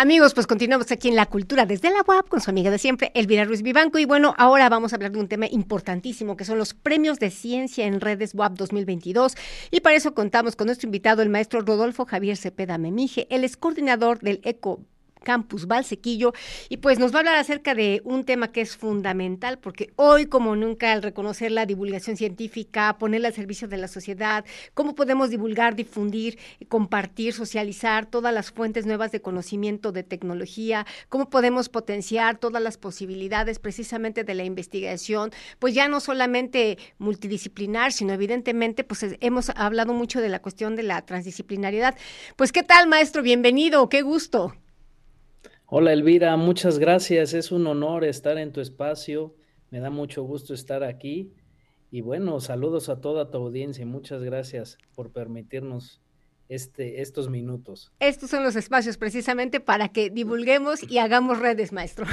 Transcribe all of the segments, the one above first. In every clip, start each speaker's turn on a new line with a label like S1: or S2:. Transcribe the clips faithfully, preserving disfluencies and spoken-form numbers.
S1: Amigos, pues continuamos aquí en La Cultura desde la U A P con su amiga de siempre, Elvira Ruiz Vivanco. Y bueno, ahora vamos a hablar de un tema importantísimo que son los premios de ciencia en redes U A P dos mil veintidós. Y para eso contamos con nuestro invitado, el maestro Rodolfo Javier Cepeda Memije. Él es coordinador del Eco Campus Valsequillo, y pues nos va a hablar acerca de un tema que es fundamental, porque hoy como nunca, al reconocer la divulgación científica, ponerla al servicio de la sociedad, cómo podemos divulgar, difundir, compartir, socializar todas las fuentes nuevas de conocimiento, de tecnología, cómo podemos potenciar todas las posibilidades precisamente de la investigación, pues ya no solamente multidisciplinar, sino evidentemente, pues hemos hablado mucho de la cuestión de la transdisciplinariedad. Pues, ¿qué tal, maestro? Bienvenido, qué gusto.
S2: Hola Elvira, muchas gracias. Es un honor estar en tu espacio. Me da mucho gusto estar aquí. Y bueno, saludos a toda tu audiencia y muchas gracias por permitirnos este, estos minutos.
S1: Estos son los espacios precisamente para que divulguemos y hagamos redes, maestro.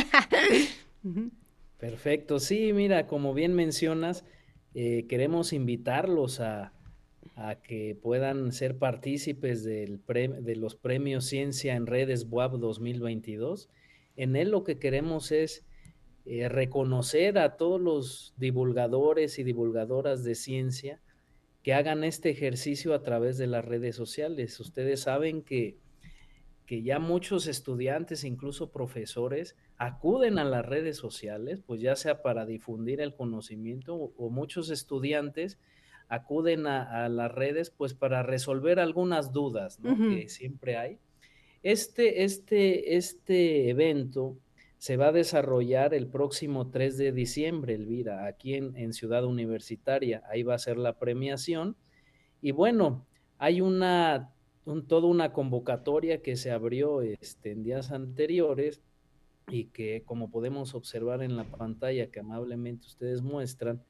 S2: Perfecto. Sí, mira, como bien mencionas, eh, queremos invitarlos a, a que puedan ser partícipes del pre- de los premios Ciencia en Redes W A P dos mil veintidós. En él lo que queremos es eh, reconocer a todos los divulgadores y divulgadoras de ciencia que hagan este ejercicio a través de las redes sociales. Ustedes saben que, que ya muchos estudiantes, incluso profesores, acuden a las redes sociales, pues ya sea para difundir el conocimiento o, o muchos estudiantes acuden a, a, las redes pues para resolver algunas dudas,
S1: Uh
S2: ¿no?
S1: -huh.
S2: Que siempre hay. Este, este, este evento se va a desarrollar el próximo tres de diciembre, Elvira, aquí en, en Ciudad Universitaria. Ahí va a ser la premiación. Y bueno, hay una, un, toda una convocatoria que se abrió este, en días anteriores y que, como podemos observar en la pantalla que amablemente ustedes muestran,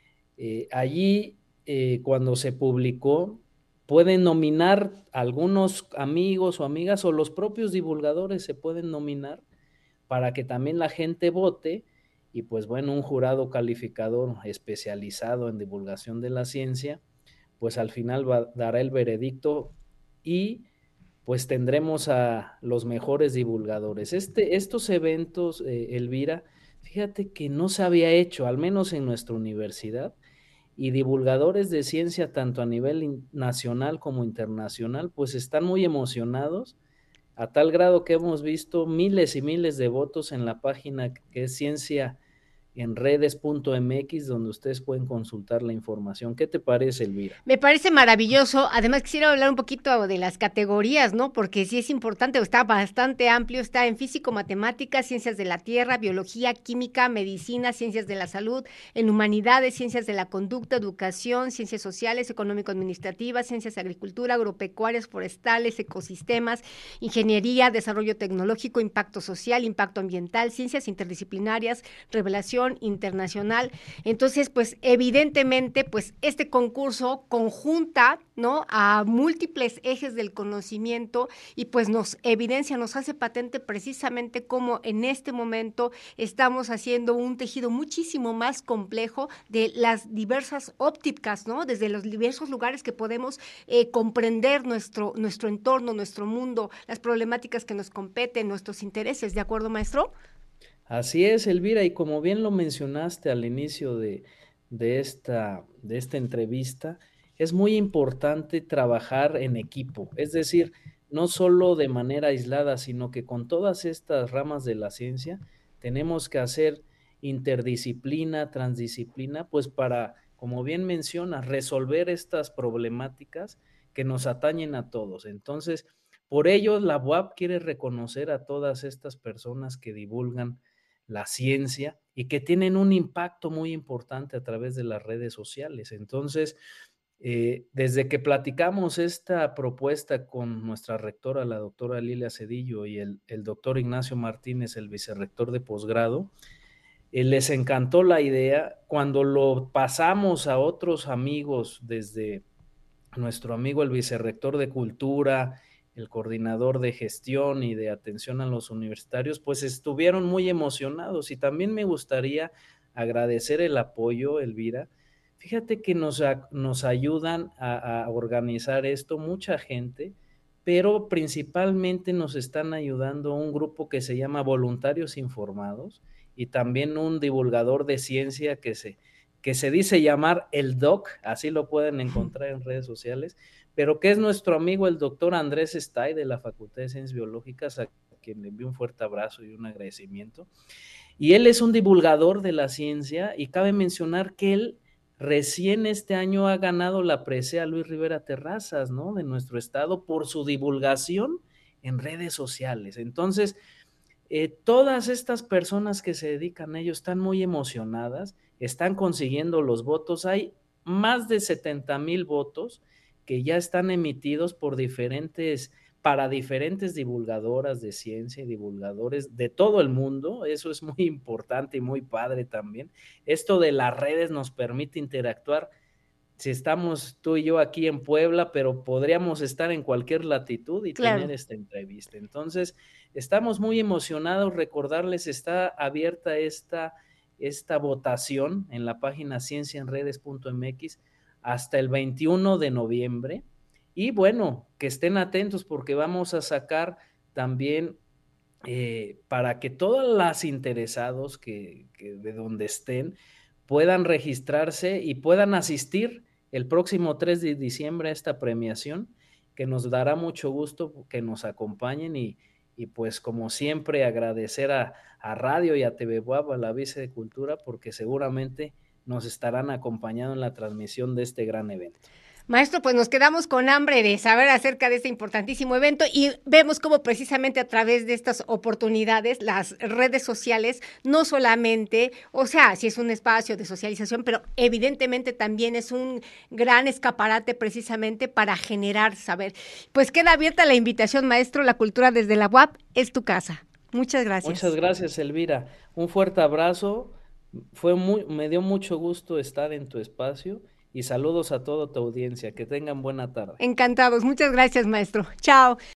S2: eh, allí, eh, cuando se publicó, pueden nominar algunos amigos o amigas o los propios divulgadores se pueden nominar para que también la gente vote y pues bueno, un jurado calificador especializado en divulgación de la ciencia, pues al final va, dará el veredicto y pues tendremos a los mejores divulgadores. Este, estos eventos, eh, Elvira, fíjate que no se había hecho, al menos en nuestra universidad, y divulgadores de ciencia tanto a nivel nacional como internacional, pues están muy emocionados a tal grado que hemos visto miles y miles de votos en la página que es ciencia en redes punto m x, donde ustedes pueden consultar la información. ¿Qué te parece, Elvira?
S1: Me parece maravilloso. Además, quisiera hablar un poquito de las categorías, ¿no? Porque sí es importante, está bastante amplio, está en físico, matemáticas, ciencias de la tierra, biología, química, medicina, ciencias de la salud, en humanidades, ciencias de la conducta, educación, ciencias sociales, económico-administrativas, ciencias de agricultura, agropecuarias, forestales, ecosistemas, ingeniería, desarrollo tecnológico, impacto social, impacto ambiental, ciencias interdisciplinarias, revelación internacional. Entonces, pues evidentemente, pues este concurso conjunta, ¿no? A múltiples ejes del conocimiento y pues nos evidencia, nos hace patente precisamente cómo en este momento estamos haciendo un tejido muchísimo más complejo de las diversas ópticas, ¿no? Desde los diversos lugares que podemos eh, comprender nuestro, nuestro entorno, nuestro mundo, las problemáticas que nos competen, nuestros intereses, ¿de acuerdo, maestro?
S2: Así es, Elvira, y como bien lo mencionaste al inicio de, de esta, de esta entrevista, es muy importante trabajar en equipo, es decir, no solo de manera aislada, sino que con todas estas ramas de la ciencia tenemos que hacer interdisciplina, transdisciplina, pues para, como bien mencionas, resolver estas problemáticas que nos atañen a todos. Entonces, por ello, la U A P quiere reconocer a todas estas personas que divulgan la ciencia y que tienen un impacto muy importante a través de las redes sociales. Entonces, eh, desde que platicamos esta propuesta con nuestra rectora, la doctora Lilia Cedillo, y el, el doctor Ignacio Martínez, el vicerrector de posgrado, eh, les encantó la idea. Cuando lo pasamos a otros amigos, desde nuestro amigo el vicerrector de Cultura, el coordinador de gestión y de atención a los universitarios, pues estuvieron muy emocionados y también me gustaría agradecer el apoyo, Elvira. Fíjate que nos, nos ayudan a, a organizar esto mucha gente, pero principalmente nos están ayudando un grupo que se llama Voluntarios Informados y también un divulgador de ciencia que se, que se dice llamar el Doc, así lo pueden encontrar en redes sociales, pero que es nuestro amigo el doctor Andrés Stay de la Facultad de Ciencias Biológicas, a quien le envío un fuerte abrazo y un agradecimiento. Y él es un divulgador de la ciencia y cabe mencionar que él recién este año ha ganado la presea Luis Rivera Terrazas, ¿no? De nuestro estado por su divulgación en redes sociales. Entonces, eh, todas estas personas que se dedican a ello están muy emocionadas, están consiguiendo los votos. Hay más de setenta mil votos que ya están emitidos por diferentes, para diferentes divulgadoras de ciencia y divulgadores de todo el mundo. Eso es muy importante y muy padre también. Esto de las redes nos permite interactuar. Si estamos tú y yo aquí en Puebla, pero podríamos estar en cualquier latitud y
S1: Claro.
S2: tener esta entrevista. Entonces, estamos muy emocionados. Recordarles, está abierta esta, esta votación en la página ciencia en redes punto m x hasta el veintiuno de noviembre. Y bueno, que estén atentos porque vamos a sacar también eh, para que todos los interesados que, que de donde estén puedan registrarse y puedan asistir el próximo tres de diciembre a esta premiación, que nos dará mucho gusto que nos acompañen y, y pues como siempre agradecer a, a Radio y a T V Buap, a la Vice de Cultura, porque seguramente nos estarán acompañando en la transmisión de este gran evento.
S1: Maestro, pues nos quedamos con hambre de saber acerca de este importantísimo evento y vemos cómo precisamente a través de estas oportunidades, las redes sociales, no solamente, o sea, sí es un espacio de socialización, pero evidentemente también es un gran escaparate precisamente para generar saber. Pues queda abierta la invitación, maestro, la cultura desde la U A P es tu casa. Muchas
S2: Muchas
S1: gracias.
S2: gracias, Elvira. Un fuerte abrazo. Fue muy, me dio mucho gusto estar en tu espacio y saludos a toda tu audiencia. Que tengan buena tarde.
S1: Encantados. Muchas gracias, maestro. Chao.